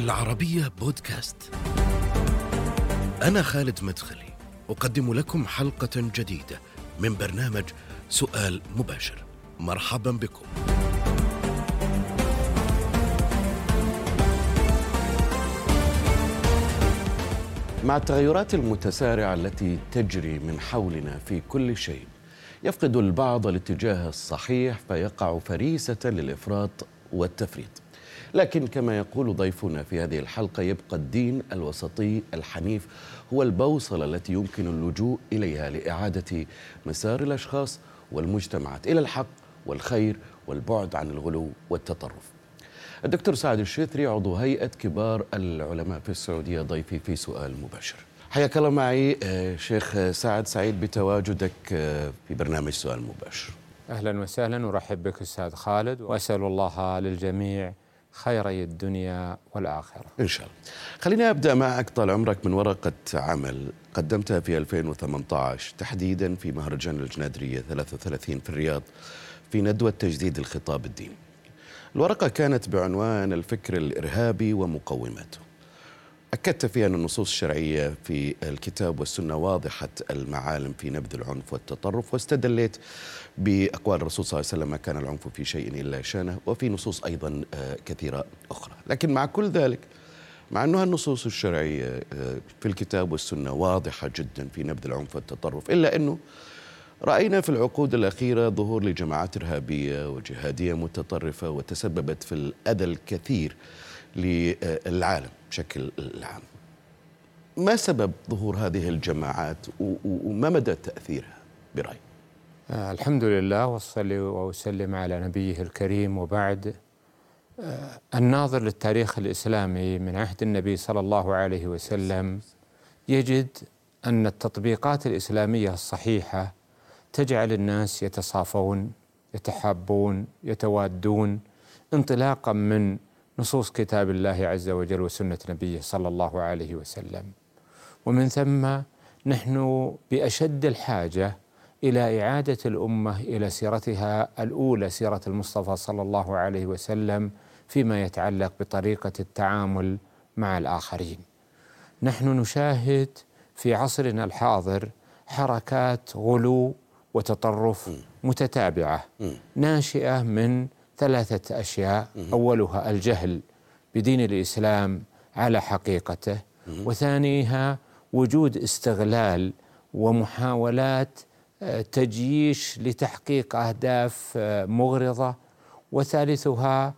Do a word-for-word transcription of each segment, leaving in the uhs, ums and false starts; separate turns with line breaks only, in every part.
العربية بودكاست. أنا خالد مدخلي أقدم لكم حلقة جديدة من برنامج سؤال مباشر. مرحبا بكم. مع التغيرات المتسارعة التي تجري من حولنا في كل شيء، يفقد البعض الاتجاه الصحيح فيقع فريسة للإفراط والتفريط. لكن كما يقول ضيفنا في هذه الحلقة، يبقى الدين الوسطي الحنيف هو البوصلة التي يمكن اللجوء إليها لإعادة مسار الأشخاص والمجتمعات إلى الحق والخير والبعد عن الغلو والتطرف. الدكتور سعد الشيثري عضو هيئة كبار العلماء في السعودية ضيفي في سؤال مباشر. حياك الله معي شيخ سعد، سعيد بتواجدك في برنامج سؤال مباشر.
أهلا وسهلا، ورحب بك أستاذ خالد، وأسأل الله للجميع خيري الدنيا والآخرة
إن شاء الله. خليني أبدأ معك. طال عمرك من ورقة عمل قدمتها في ألفين وثمانية عشر تحديدا في مهرجان الجنادرية ثلاثة وثلاثين في الرياض في ندوة تجديد الخطاب الديني. الورقة كانت بعنوان الفكر الإرهابي ومقوماته. أكدت فيها أن النصوص الشرعية في الكتاب والسنة واضحة المعالم في نبذ العنف والتطرف، واستدلت بأقوال الرسول صلى الله عليه وسلم: ما كان العنف في شيء إلا شانه، وفي نصوص أيضا كثيرة أخرى. لكن مع كل ذلك، مع أنها النصوص الشرعية في الكتاب والسنة واضحة جدا في نبذ العنف والتطرف، إلا أنه رأينا في العقود الأخيرة ظهور لجماعات إرهابية وجهادية متطرفة وتسببت في الأذى الكثير للعالم بشكل عام. ما سبب ظهور هذه الجماعات وما مدى تأثيرها برأيك؟
آه الحمد لله، والصلي وأسلم على نبيه الكريم، وبعد. آه الناظر للتاريخ الإسلامي من عهد النبي صلى الله عليه وسلم يجد أن التطبيقات الإسلامية الصحيحة تجعل الناس يتصافون، يتحابون، يتوادون، انطلاقا من نصوص كتاب الله عز وجل وسنة نبيه صلى الله عليه وسلم. ومن ثم نحن بأشد الحاجة إلى إعادة الأمة إلى سيرتها الأولى، سيرة المصطفى صلى الله عليه وسلم، فيما يتعلق بطريقة التعامل مع الآخرين. نحن نشاهد في عصرنا الحاضر حركات غلو وتطرف متتابعة ناشئة من ثلاثة أشياء: أولها الجهل بدين الإسلام على حقيقته، وثانيها وجود استغلال ومحاولات تجييش لتحقيق أهداف مغرضة، وثالثها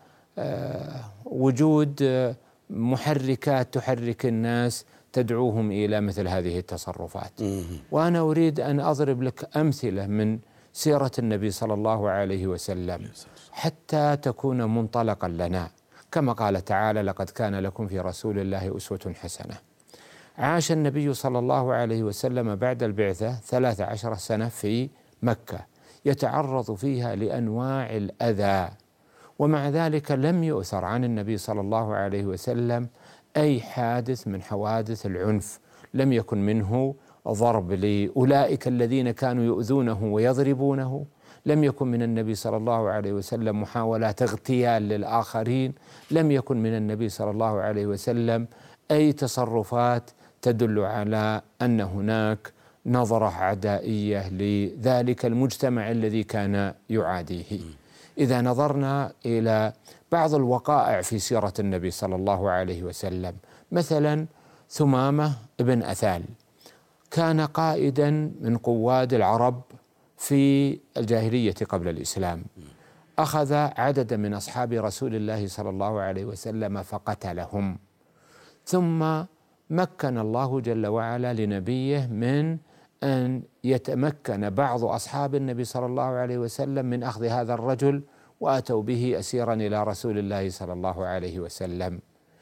وجود محركات تحرك الناس تدعوهم إلى مثل هذه التصرفات. وأنا أريد أن أضرب لك أمثلة من سيرة النبي صلى الله عليه وسلم حتى تكون منطلقا لنا، كما قال تعالى: لقد كان لكم في رسول الله أسوة حسنة. عاش النبي صلى الله عليه وسلم بعد البعثة ثلاث عشر سنة في مكة يتعرض فيها لأنواع الأذى، ومع ذلك لم يؤثر عن النبي صلى الله عليه وسلم أي حادث من حوادث العنف. لم يكن منه ضرب لأولئك الذين كانوا يؤذونه ويضربونه، لم يكن من النبي صلى الله عليه وسلم محاولات اغتيال للآخرين، لم يكن من النبي صلى الله عليه وسلم أي تصرفات تدل على أن هناك نظرة عدائية لذلك المجتمع الذي كان يعاديه. إذا نظرنا إلى بعض الوقائع في سيرة النبي صلى الله عليه وسلم، مثلا ثمامة بن أثال كان قائدا من قواد العرب في الجاهلية قبل الإسلام، أخذ عددا من أصحاب رسول الله صلى الله عليه وسلم فقتلهم، ثم مكن الله جل وعلا لنبيه من أن يتمكن بعض أصحاب النبي صلى الله عليه وسلم من أخذ هذا الرجل، وأتوا به أسيرا إلى رسول الله صلى الله عليه وسلم،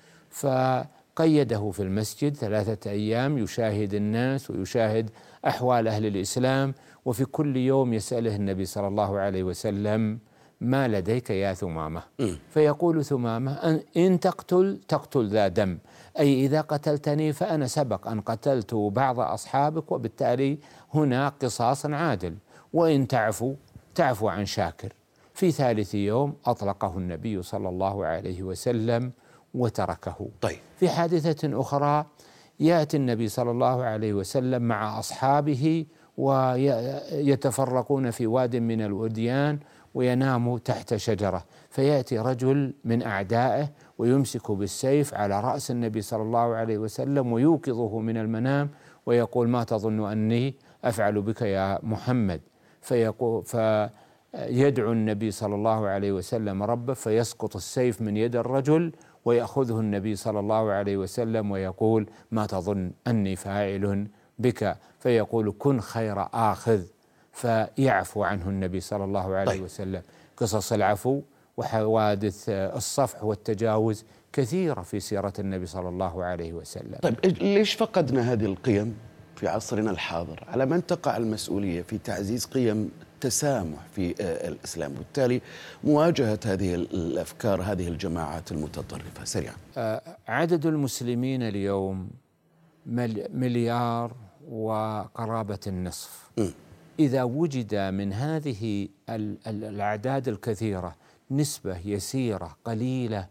فقيده في المسجد ثلاثة أيام يشاهد الناس ويشاهد أحوال أهل الإسلام، وفي كل يوم يسأله النبي صلى الله عليه وسلم: ما لديك يا ثمامة؟ فيقول ثمامة: إن تقتل تقتل ذا دم، أي إذا قتلتني فأنا سبق أن قتلت بعض أصحابك، وبالتالي هنا قصاص عادل، وإن تعفو تعفو عن شاكر. في ثالث يوم أطلقه النبي صلى الله عليه وسلم وتركه.
طيب.
في حادثة أخرى يأتي النبي صلى الله عليه وسلم مع أصحابه ويتفرقون في واد من الوديان ويناموا تحت شجرة، فيأتي رجل من أعدائه ويمسك بالسيف على رأس النبي صلى الله عليه وسلم ويوقظه من المنام ويقول: ما تظن أني أفعل بك يا محمد؟ فيقول فيدعو النبي صلى الله عليه وسلم ربه فيسقط السيف من يد الرجل ويأخذه النبي صلى الله عليه وسلم ويقول: ما تظن أني فاعل بك؟ فيقول: كن خير آخذ، فيعفو عنه النبي صلى الله عليه وسلم. قصص العفو وحوادث الصفح والتجاوز كثيرة في سيرة النبي صلى الله عليه وسلم.
طيب ليش فقدنا هذه القيم في عصرنا الحاضر؟ على من تقع المسؤولية في تعزيز قيم التسامح في الإسلام وبالتالي مواجهة هذه الأفكار، هذه الجماعات المتطرفة؟ سريعا.
عدد المسلمين اليوم مليار وقرابة النصف. م. إذا وجد من هذه الأعداد الكثيرة نسبة يسيرة قليلة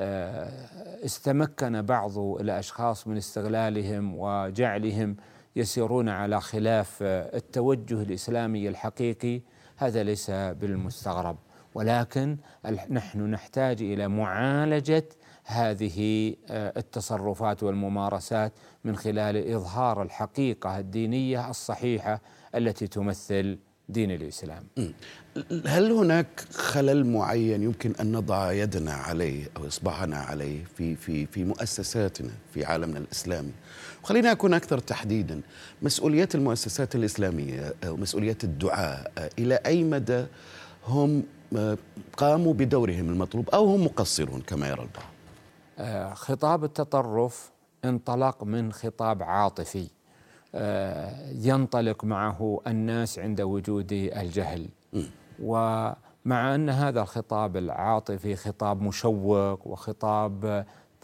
استمكن بعض الأشخاص من استغلالهم وجعلهم يسيرون على خلاف التوجه الإسلامي الحقيقي، هذا ليس بالمستغرب، ولكن نحن نحتاج إلى معالجة هذه التصرفات والممارسات من خلال إظهار الحقيقة الدينية الصحيحة التي تمثل دين الإسلام.
هل هناك خلل معين يمكن أن نضع يدنا عليه أو إصبعنا عليه في في في مؤسساتنا في عالمنا الإسلامي؟ وخلينا أكون أكثر تحديدا، مسؤوليات المؤسسات الإسلامية أو مسؤوليات الدعاء إلى أي مدى هم قاموا بدورهم المطلوب أو هم مقصرون كما يرى البعض؟
خطاب التطرف انطلق من خطاب عاطفي ينطلق معه الناس عند وجود الجهل، م. ومع أن هذا الخطاب العاطفي خطاب مشوق وخطاب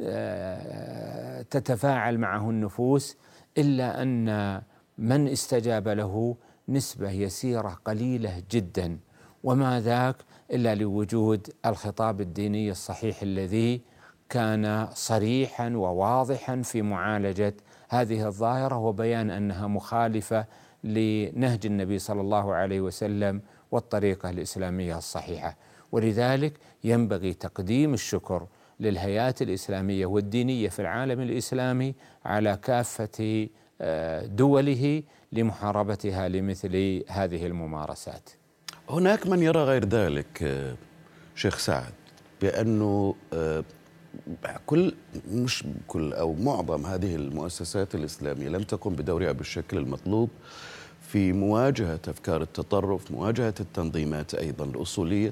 تتفاعل معه النفوس، إلا أن من استجاب له نسبة يسيرة قليلة جدا، وما ذاك إلا لوجود الخطاب الديني الصحيح الذي كان صريحا وواضحا في معالجة هذه الظاهرة وبيان أنها مخالفة لنهج النبي صلى الله عليه وسلم والطريقة الإسلامية الصحيحة. ولذلك ينبغي تقديم الشكر للهيئات الإسلامية والدينية في العالم الإسلامي على كافة دوله لمحاربتها لمثل هذه الممارسات.
هناك من يرى غير ذلك شيخ سعد، بأنه كل مش كل أو معظم هذه المؤسسات الإسلامية لم تقم بدورها بالشكل المطلوب في مواجهة أفكار التطرف، مواجهة التنظيمات أيضا الأصولية،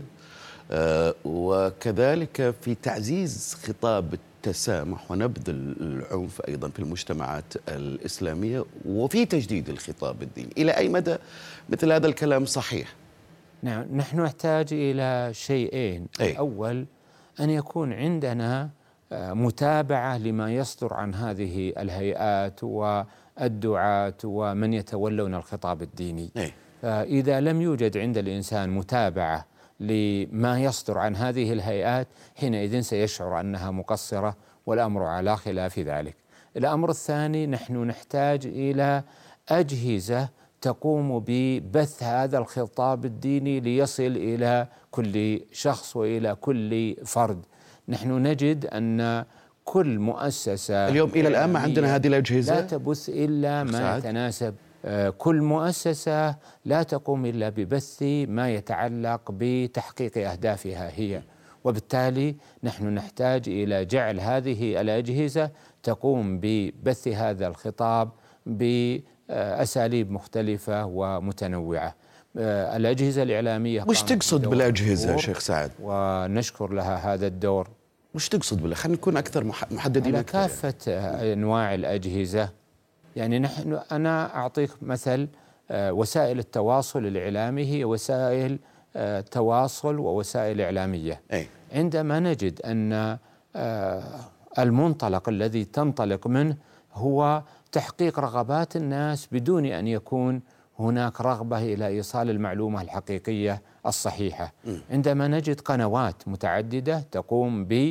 وكذلك في تعزيز خطاب التسامح ونبذ العنف أيضا في المجتمعات الإسلامية، وفي تجديد الخطاب الديني. إلى أي مدى مثل هذا الكلام صحيح؟
نعم، نحن نحتاج إلى شيئين. أي. الأول أن يكون عندنا متابعة لما يصدر عن هذه الهيئات والدعاة ومن يتولون الخطاب الديني. أي. فإذا لم يوجد عند الإنسان متابعة لما يصدر عن هذه الهيئات حينئذ سيشعر أنها مقصرة، والأمر على خلاف ذلك. الأمر الثاني، نحن نحتاج إلى أجهزة تقوم ببث هذا الخطاب الديني ليصل إلى كل شخص وإلى كل فرد. نحن نجد أن كل مؤسسة
اليوم إلى الآن ما عندنا هذه الأجهزة،
لا تبث إلا ما يتناسب. كل مؤسسة لا تقوم إلا ببث ما يتعلق بتحقيق أهدافها هي، وبالتالي نحن نحتاج إلى جعل هذه الأجهزة تقوم ببث هذا الخطاب بأساليب مختلفة ومتنوعة. الأجهزة الإعلامية
وش تقصد بالأجهزة شيخ سعد؟
ونشكر لها هذا الدور.
وش تقصد بالله؟ خلينا نكون أكثر محددين.
على كافة يعني. أنواع الأجهزة. يعني نحن أنا أعطيك مثل، وسائل التواصل الإعلامي هي وسائل تواصل ووسائل إعلامية. أي. عندما نجد أن المنطلق الذي تنطلق منه هو تحقيق رغبات الناس بدون أن يكون هناك رغبة إلى إيصال المعلومة الحقيقية الصحيحة. م. عندما نجد قنوات متعددة تقوم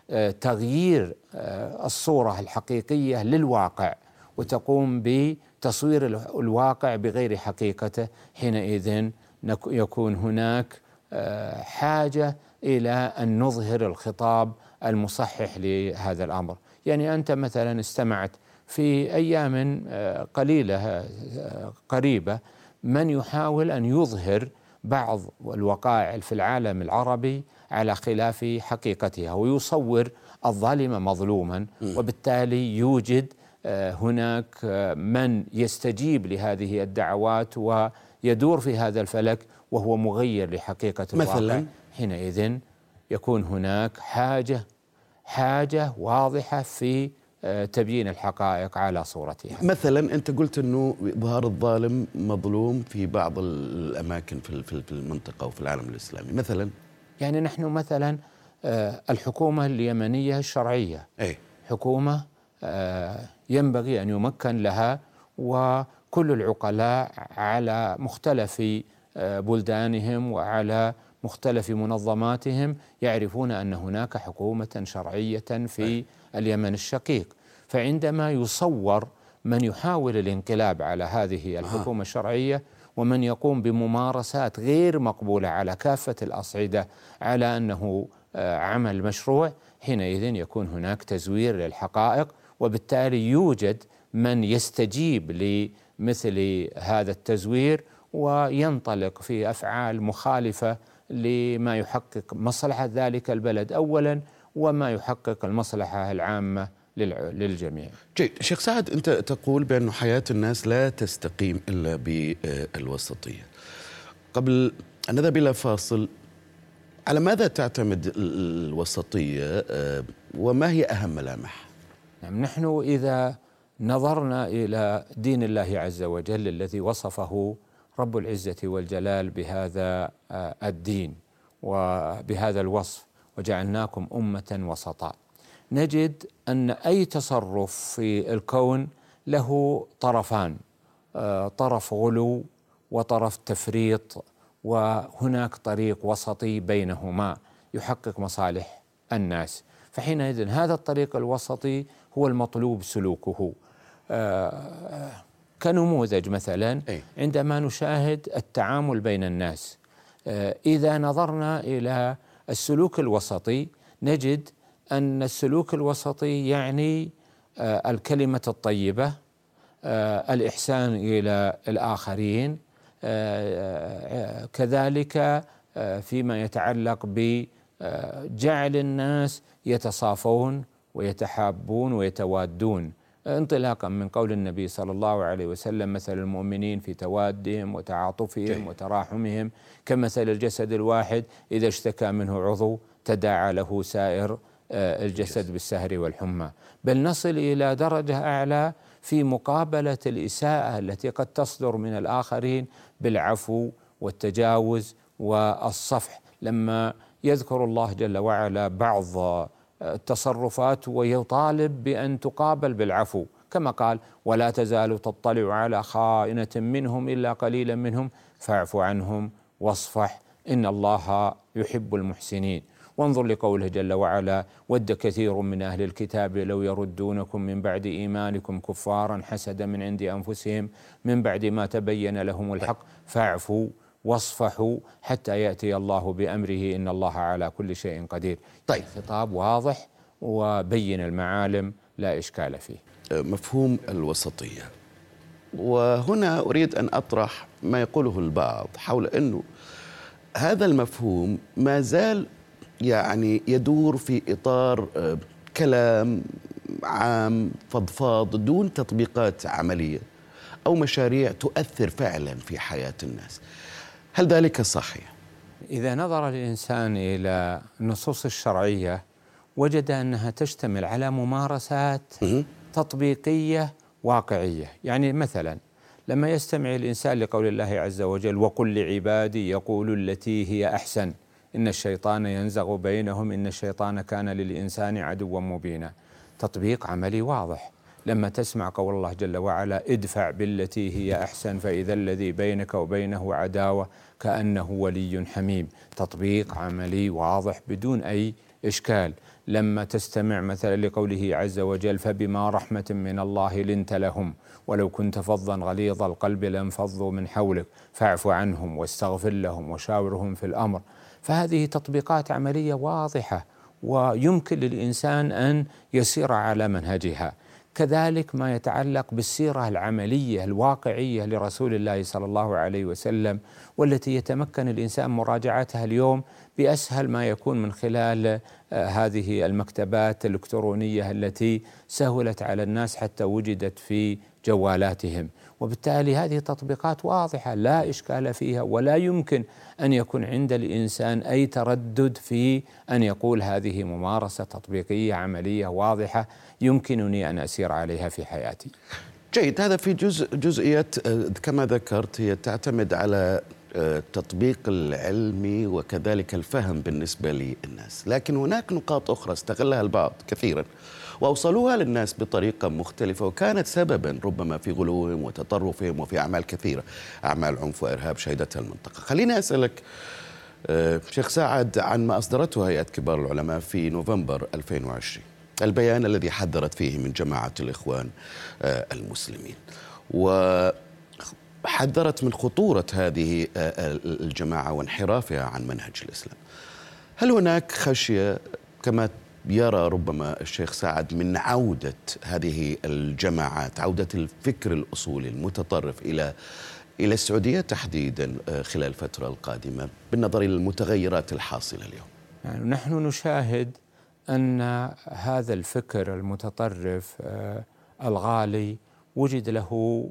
تغيير الصورة الحقيقية للواقع وتقوم بتصوير الواقع بغير حقيقته، حينئذ يكون هناك حاجة إلى أن نظهر الخطاب المصحح لهذا الأمر. يعني أنت مثلا استمعت في أيام قليلة قريبة من يحاول أن يظهر بعض الوقائع في العالم العربي على خلاف حقيقتها ويصور الظالم مظلوما، وبالتالي يوجد هناك من يستجيب لهذه الدعوات ويدور في هذا الفلك وهو مغير لحقيقة الواقع. مثلا حينئذ يكون هناك حاجة حاجة واضحة في تبيين الحقائق على صورتها.
مثلا أنت قلت أنه إظهار الظالم مظلوم في بعض الأماكن في المنطقة وفي العالم الإسلامي. مثلا
يعني نحن مثلا الحكومة اليمنية الشرعية
أي
حكومة ينبغي أن يمكن لها، وكل العقلاء على مختلف بلدانهم وعلى مختلف منظماتهم يعرفون أن هناك حكومة شرعية في اليمن الشقيق. فعندما يصور من يحاول الانقلاب على هذه الحكومة الشرعية ومن يقوم بممارسات غير مقبولة على كافة الأصعدة على أنه عمل مشروع، حينئذ يكون هناك تزوير للحقائق، وبالتالي يوجد من يستجيب لمثل هذا التزوير وينطلق في أفعال مخالفة لما يحقق مصلحة ذلك البلد أولا وما يحقق المصلحة العامة للجميع.
جيد. شيخ سعد، أنت تقول بأن حياة الناس لا تستقيم إلا بالوسطية. قبل أن نذهب إلى فاصل، على ماذا تعتمد الوسطية وما هي أهم ملامح؟
نعم، نحن إذا نظرنا إلى دين الله عز وجل الذي وصفه رب العزة والجلال بهذا الدين وبهذا الوصف وجعلناكم أمة وسطا، نجد أن أي تصرف في الكون له طرفان، طرف غلو وطرف تفريط، وهناك طريق وسطي بينهما يحقق مصالح الناس. فحينئذ هذا الطريق الوسطي هو المطلوب سلوكه. كنموذج مثلا عندما نشاهد التعامل بين الناس، إذا نظرنا إلى السلوك الوسطي نجد أن السلوك الوسطي يعني الكلمة الطيبة، الإحسان إلى الآخرين، كذلك فيما يتعلق بجعل الناس يتصافون ويتحابون ويتوادون، انطلاقا من قول النبي صلى الله عليه وسلم: مثل المؤمنين في توادهم وتعاطفهم وتراحمهم كمثل الجسد الواحد إذا اشتكى منه عضو تداعى له سائر الجسد بالسهر والحمى. بل نصل إلى درجة أعلى في مقابلة الإساءة التي قد تصدر من الآخرين بالعفو والتجاوز والصفح، لما يذكر الله جل وعلا بعض التصرفات ويطالب بأن تقابل بالعفو، كما قال: ولا تزال تطلع على خائنة منهم إلا قليلا منهم فاعف عنهم واصفح إن الله يحب المحسنين. وانظر لقوله جل وعلا: ود كثير من أهل الكتاب لو يردونكم من بعد إيمانكم كفارا حسدا من عند أنفسهم من بعد ما تبين لهم الحق فاعفوا واصفحوا حتى يأتي الله بأمره إن الله على كل شيء قدير.
طيب،
خطاب واضح وبين المعالم لا إشكال فيه.
مفهوم الوسطية، وهنا أريد أن أطرح ما يقوله البعض حول أنه هذا المفهوم ما زال يعني يدور في إطار كلام عام فضفاض دون تطبيقات عملية أو مشاريع تؤثر فعلا في حياة الناس. هل ذلك صحيح؟
إذا نظر الإنسان إلى النصوص الشرعية وجد أنها تشتمل على ممارسات تطبيقية واقعية. يعني مثلا لما يستمع الإنسان لقول الله عز وجل: وقل لعبادي يقولوا التي هي أحسن إن الشيطان ينزغ بينهم إن الشيطان كان للإنسان عدوا مبينا، تطبيق عملي واضح. لما تسمع قول الله جل وعلا: ادفع بالتي هي أحسن فإذا الذي بينك وبينه عداوة كأنه ولي حميم، تطبيق عملي واضح بدون أي إشكال. لما تستمع مثلا لقوله عز وجل فبما رحمة من الله لنت لهم ولو كنت فظا غليظ القلب لانفضوا من حولك فاعف عنهم واستغفر لهم وشاورهم في الأمر. فهذه تطبيقات عملية واضحة ويمكن للإنسان أن يسير على منهجها. كذلك ما يتعلق بالسيرة العملية الواقعية لرسول الله صلى الله عليه وسلم، والتي يتمكن الإنسان مراجعتها اليوم بأسهل ما يكون من خلال هذه المكتبات الإلكترونية التي سهلت على الناس حتى وجدت في جوالاتهم. وبالتالي هذه تطبيقات واضحة لا إشكال فيها، ولا يمكن أن يكون عند الإنسان أي تردد في أن يقول هذه ممارسة تطبيقية عملية واضحة يمكنني أن أسير عليها في حياتي.
جيد. هذا في جزء جزئية كما ذكرت هي تعتمد على التطبيق العلمي وكذلك الفهم بالنسبة للناس، لكن هناك نقاط أخرى استغلها البعض كثيرا وأوصلوها للناس بطريقة مختلفة وكانت سببا ربما في غلوهم وتطرفهم وفي أعمال كثيرة، أعمال عنف وإرهاب شهدتها المنطقة. خليني أسألك شيخ سعد عن ما أصدرته هيئة كبار العلماء في نوفمبر ألفين وعشرين، البيان الذي حذرت فيه من جماعة الإخوان المسلمين وحذرت من خطورة هذه الجماعة وانحرافها عن منهج الإسلام. هل هناك خشية كما يرى ربما الشيخ سعد من عودة هذه الجماعات، عودة الفكر الأصولي المتطرف إلى إلى السعودية تحديدا خلال الفترة القادمة بالنظر إلى المتغيرات الحاصلة اليوم؟
يعني نحن نشاهد أن هذا الفكر المتطرف الغالي وجد له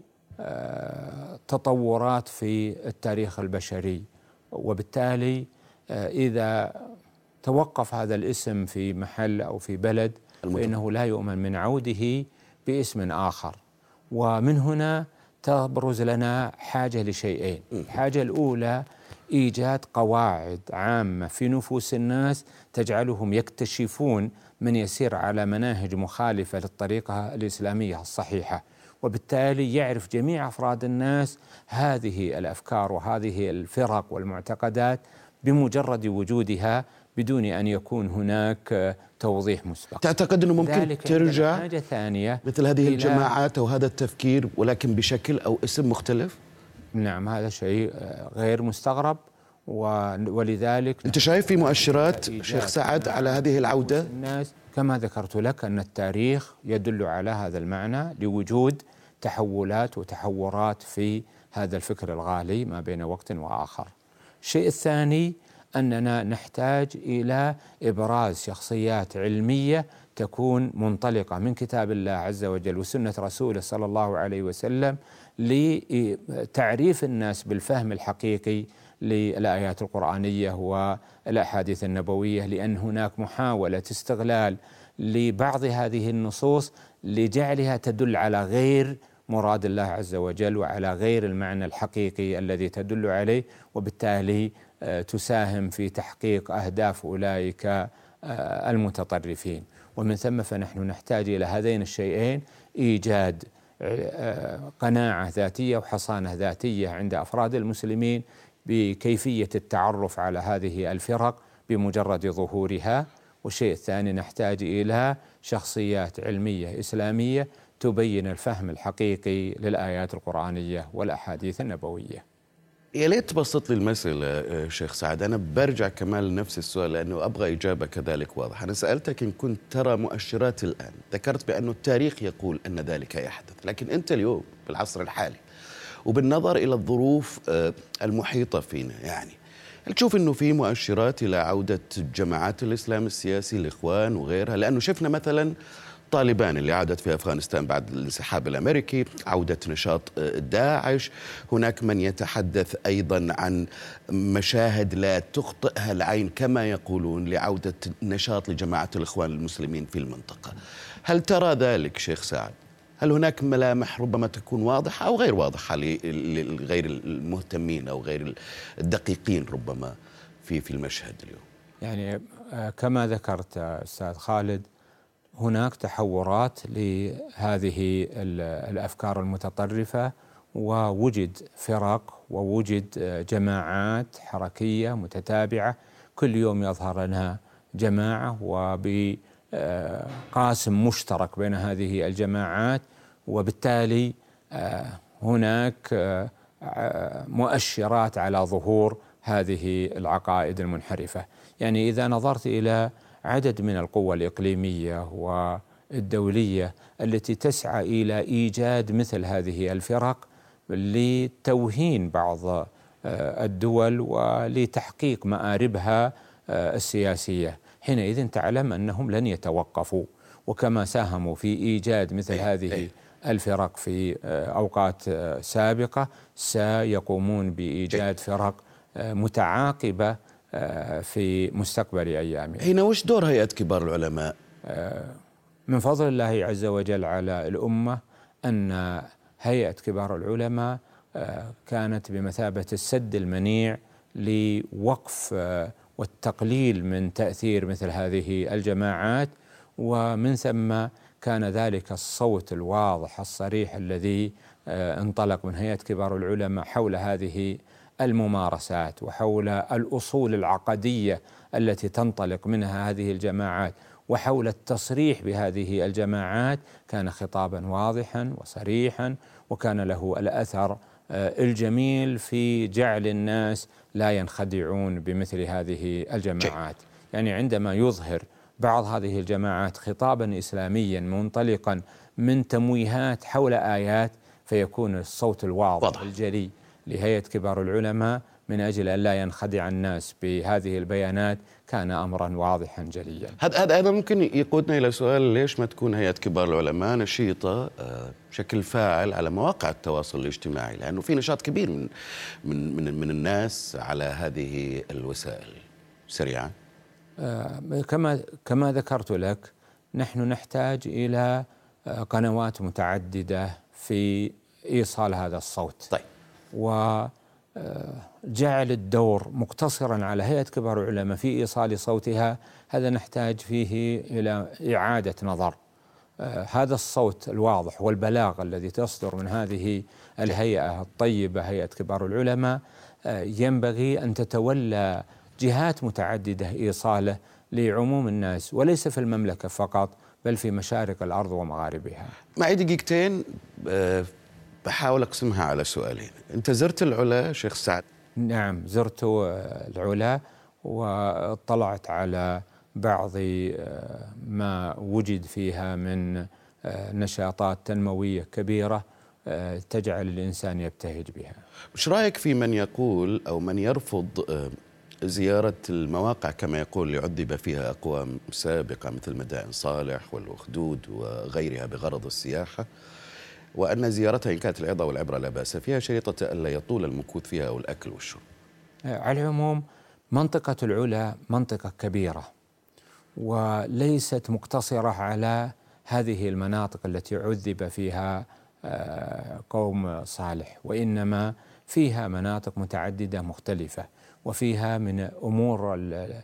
تطورات في التاريخ البشري، وبالتالي إذا توقف هذا الاسم في محل أو في بلد فإنه لا يؤمن من عوده باسم آخر. ومن هنا تبرز لنا حاجة لشيئين. الحاجة الأولى إيجاد قواعد عامة في نفوس الناس تجعلهم يكتشفون من يسير على مناهج مخالفة للطريقة الإسلامية الصحيحة، وبالتالي يعرف جميع أفراد الناس هذه الأفكار وهذه الفرق والمعتقدات بمجرد وجودها بدون أن يكون هناك توضيح مسبق.
تعتقد أنه ممكن ترجع
حاجة ثانية
مثل هذه الجماعات أو هذا التفكير ولكن بشكل أو اسم مختلف؟
نعم، هذا شيء غير مستغرب، ولذلك
أنت شايف في مؤشرات شيخ سعد على هذه العودة؟
الناس كما ذكرت لك أن التاريخ يدل على هذا المعنى لوجود تحولات وتحورات في هذا الفكر الغالي ما بين وقت وآخر. الشيء الثاني أننا نحتاج إلى إبراز شخصيات علمية تكون منطلقة من كتاب الله عز وجل وسنة رسوله صلى الله عليه وسلم لتعريف الناس بالفهم الحقيقي للآيات القرآنية والأحاديث النبوية، لأن هناك محاولة استغلال لبعض هذه النصوص لجعلها تدل على غير مراد الله عز وجل وعلى غير المعنى الحقيقي الذي تدل عليه، وبالتالي تساهم في تحقيق أهداف أولئك المتطرفين. ومن ثم فنحن نحتاج إلى هذين الشيئين: إيجاد قناعة ذاتية وحصانة ذاتية عند أفراد المسلمين بكيفية التعرف على هذه الفرق بمجرد ظهورها، والشيء الثاني نحتاج إلى شخصيات علمية إسلامية تبين الفهم الحقيقي للآيات القرآنية والأحاديث النبوية.
يا ليت تبسط لي المسألة شيخ سعد. أنا برجع كمان لنفس السؤال لأنه أبغى إجابة كذلك واضحة. أنا سألتك إن كنت ترى مؤشرات الآن، ذكرت بأنه التاريخ يقول أن ذلك يحدث، لكن أنت اليوم بالعصر الحالي وبالنظر إلى الظروف المحيطة فينا، يعني هل تشوف أنه في مؤشرات إلى عودة جماعات الإسلام السياسي الإخوان وغيرها؟ لأنه شفنا مثلا طالبان اللي عادت في أفغانستان بعد الانسحاب الأمريكي، عودة نشاط داعش، هناك من يتحدث أيضا عن مشاهد لا تخطئها العين كما يقولون لعودة نشاط لجماعة الإخوان المسلمين في المنطقة. هل ترى ذلك شيخ سعد؟ هل هناك ملامح ربما تكون واضحة أو غير واضحة لغير المهتمين أو غير الدقيقين ربما في في المشهد اليوم؟
يعني كما ذكرت أستاذ خالد، هناك تحورات لهذه الأفكار المتطرفة، ووجد فرق ووجد جماعات حركية متتابعة، كل يوم يظهر لنا بجماعة وبقاسم مشترك بين هذه الجماعات، وبالتالي هناك مؤشرات على ظهور هذه العقائد المنحرفة. يعني إذا نظرت إلى عدد من القوى الإقليمية والدولية التي تسعى إلى إيجاد مثل هذه الفرق لتوهين بعض الدول ولتحقيق مآربها السياسية، حينئذ تعلم أنهم لن يتوقفوا. وكما ساهموا في إيجاد مثل هذه الفرق في أوقات سابقة، سيقومون بإيجاد فرق متعاقبة في مستقبل أيامهم.
هنا وش دور هيئة كبار العلماء؟
من فضل الله عز وجل على الأمة أن هيئة كبار العلماء كانت بمثابة السد المنيع لوقف والتقليل من تأثير مثل هذه الجماعات، ومن ثم كان ذلك الصوت الواضح الصريح الذي انطلق من هيئة كبار العلماء حول هذه الممارسات وحول الأصول العقدية التي تنطلق منها هذه الجماعات وحول التصريح بهذه الجماعات، كان خطابا واضحا وصريحا، وكان له الأثر الجميل في جعل الناس لا ينخدعون بمثل هذه الجماعات. يعني عندما يظهر بعض هذه الجماعات خطابا إسلاميا منطلقا من تمويهات حول آيات، فيكون الصوت الواضح الجلي لهيئة كبار العلماء من أجل أن لا ينخدع الناس بهذه البيانات كان أمرا واضحا جليا.
هذا هذا ممكن يقودنا إلى سؤال: ليش ما تكون هيئة كبار العلماء نشيطة بشكل فاعل على مواقع التواصل الاجتماعي؟ لأنه في نشاط كبير من من من, من الناس على هذه الوسائل. سريعا.
كما كما ذكرت لك، نحن نحتاج إلى قنوات متعددة في إيصال هذا الصوت.
طيب.
وجعل الدور مقتصرا على هيئة كبار العلماء في إيصال صوتها، هذا نحتاج فيه إلى إعادة نظر. هذا الصوت الواضح والبلاغ الذي تصدر من هذه الهيئة الطيبة، هيئة كبار العلماء، ينبغي أن تتولى جهات متعددة إيصاله لعموم الناس، وليس في المملكة فقط بل في مشارق الأرض ومغاربها.
معي دقيقتين بحاول أقسمها على سؤالين. أنت زرت العلا شيخ سعد؟
نعم، زرت العلا واطلعت على بعض ما وجد فيها من نشاطات تنموية كبيرة تجعل الإنسان يبتهج بها.
وش رأيك في من يقول أو من يرفض زيارة المواقع كما يقول اللي عذب فيها أقوام سابقة مثل مدائن صالح والأخدود وغيرها بغرض السياحة، وأن زيارتها إن كانت العظة والعبرة لا بأس فيها، شريطة ألا يطول المكوث فيها أو الأكل والشرب؟
على العموم منطقة العلا منطقة كبيرة وليست مقتصرة على هذه المناطق التي عذب فيها قوم صالح، وإنما فيها مناطق متعددة مختلفة، وفيها من أمور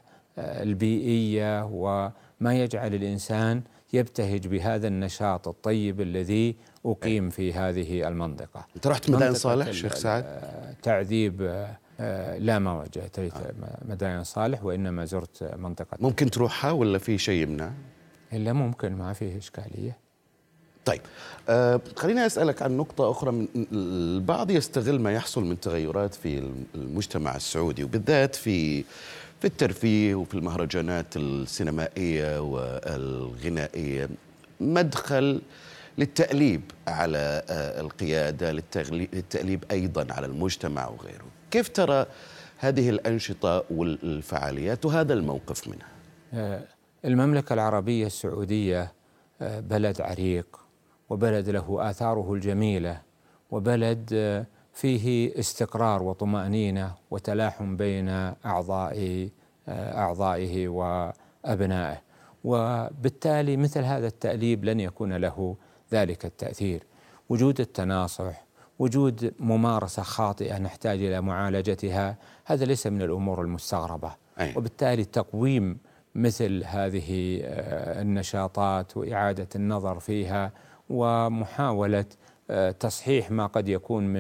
البيئية وما يجعل الإنسان يبتهج بهذا النشاط الطيب الذي أقيم في هذه المنطقة.
أنت رحت مدائن صالح شيخ سعد؟
تعذيب لا، ما وجهت مدائن صالح، وإنما زرت منطقة.
ممكن تروحها ولا في شيء يمنع؟
إلا ممكن، ما فيه إشكالية.
طيب، آه خليني أسألك عن نقطة أخرى. من البعض يستغل ما يحصل من تغيرات في المجتمع السعودي، وبالذات في في الترفيه وفي المهرجانات السينمائية والغنائية، مدخل للتأليب على القيادة، للتأليب أيضا على المجتمع وغيره. كيف ترى هذه الأنشطة والفعاليات وهذا الموقف منها؟
المملكة العربية السعودية بلد عريق، وبلد له آثاره الجميلة، وبلد فيه استقرار وطمأنينة وتلاحم بين أعضاء أعضائه وأبنائه، وبالتالي مثل هذا التأليب لن يكون له ذلك التأثير. وجود التناصح، وجود ممارسة خاطئة نحتاج إلى معالجتها، هذا ليس من الأمور المستغربة.
أي.
وبالتالي تقويم مثل هذه النشاطات وإعادة النظر فيها ومحاولة تصحيح ما قد يكون من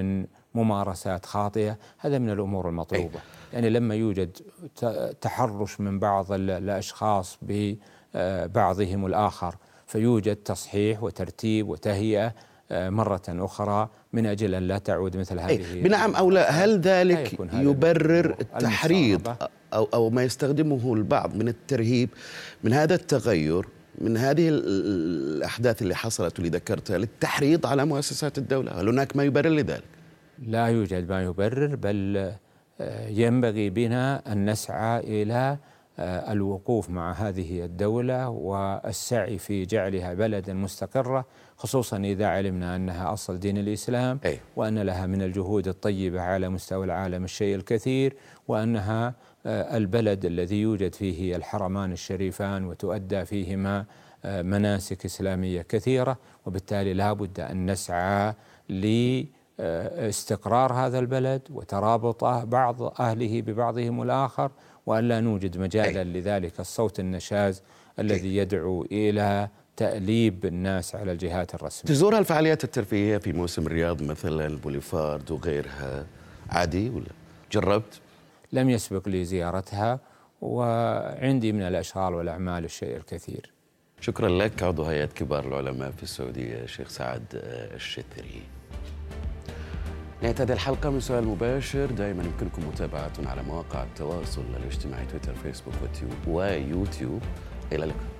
ممارسات خاطئة، هذا من الأمور المطلوبة. يعني لما يوجد تحرش من بعض الأشخاص ببعضهم الآخر فيوجد تصحيح وترتيب وتهيئة مرة أخرى من أجل أن لا تعود مثل هذه.
بنعم أو لا، هل ذلك يبرر التحريض أو أو ما يستخدمه البعض من الترهيب من هذا التغير، من هذه الأحداث اللي حصلت واللي ذكرتها، للتحريض على مؤسسات الدولة؟ هل هناك ما يبرر لذلك؟
لا يوجد ما يبرر، بل ينبغي بنا أن نسعى إلى الوقوف مع هذه الدولة والسعي في جعلها بلدا مستقرة، خصوصا إذا علمنا أنها أصل دين الإسلام،
أي.
وأن لها من الجهود الطيبة على مستوى العالم الشيء الكثير، وأنها البلد الذي يوجد فيه الحرمان الشريفان وتؤدى فيهما مناسك إسلامية كثيرة، وبالتالي لا بد أن نسعى لاستقرار هذا البلد وترابط بعض أهله ببعضهم الآخر، وأن لا نوجد مجالا لذلك الصوت النشاز الذي يدعو إلى تأليب الناس على الجهات الرسمية.
تزورها الفعاليات الترفيهية في موسم الرياض مثلا البوليفارد وغيرها عادي ولا جربت؟
لم يسبق لي زيارتها، وعندي من الأشغال والأعمال الشيء الكثير.
شكرا لك عضو هيئة كبار العلماء في السعودية شيخ سعد الشثري. نهاية هذه الحلقة من سؤال مباشر. دائما يمكنكم متابعتنا على مواقع التواصل الاجتماعي تويتر فيسبوك ويوتيوب. إلى اللقاء.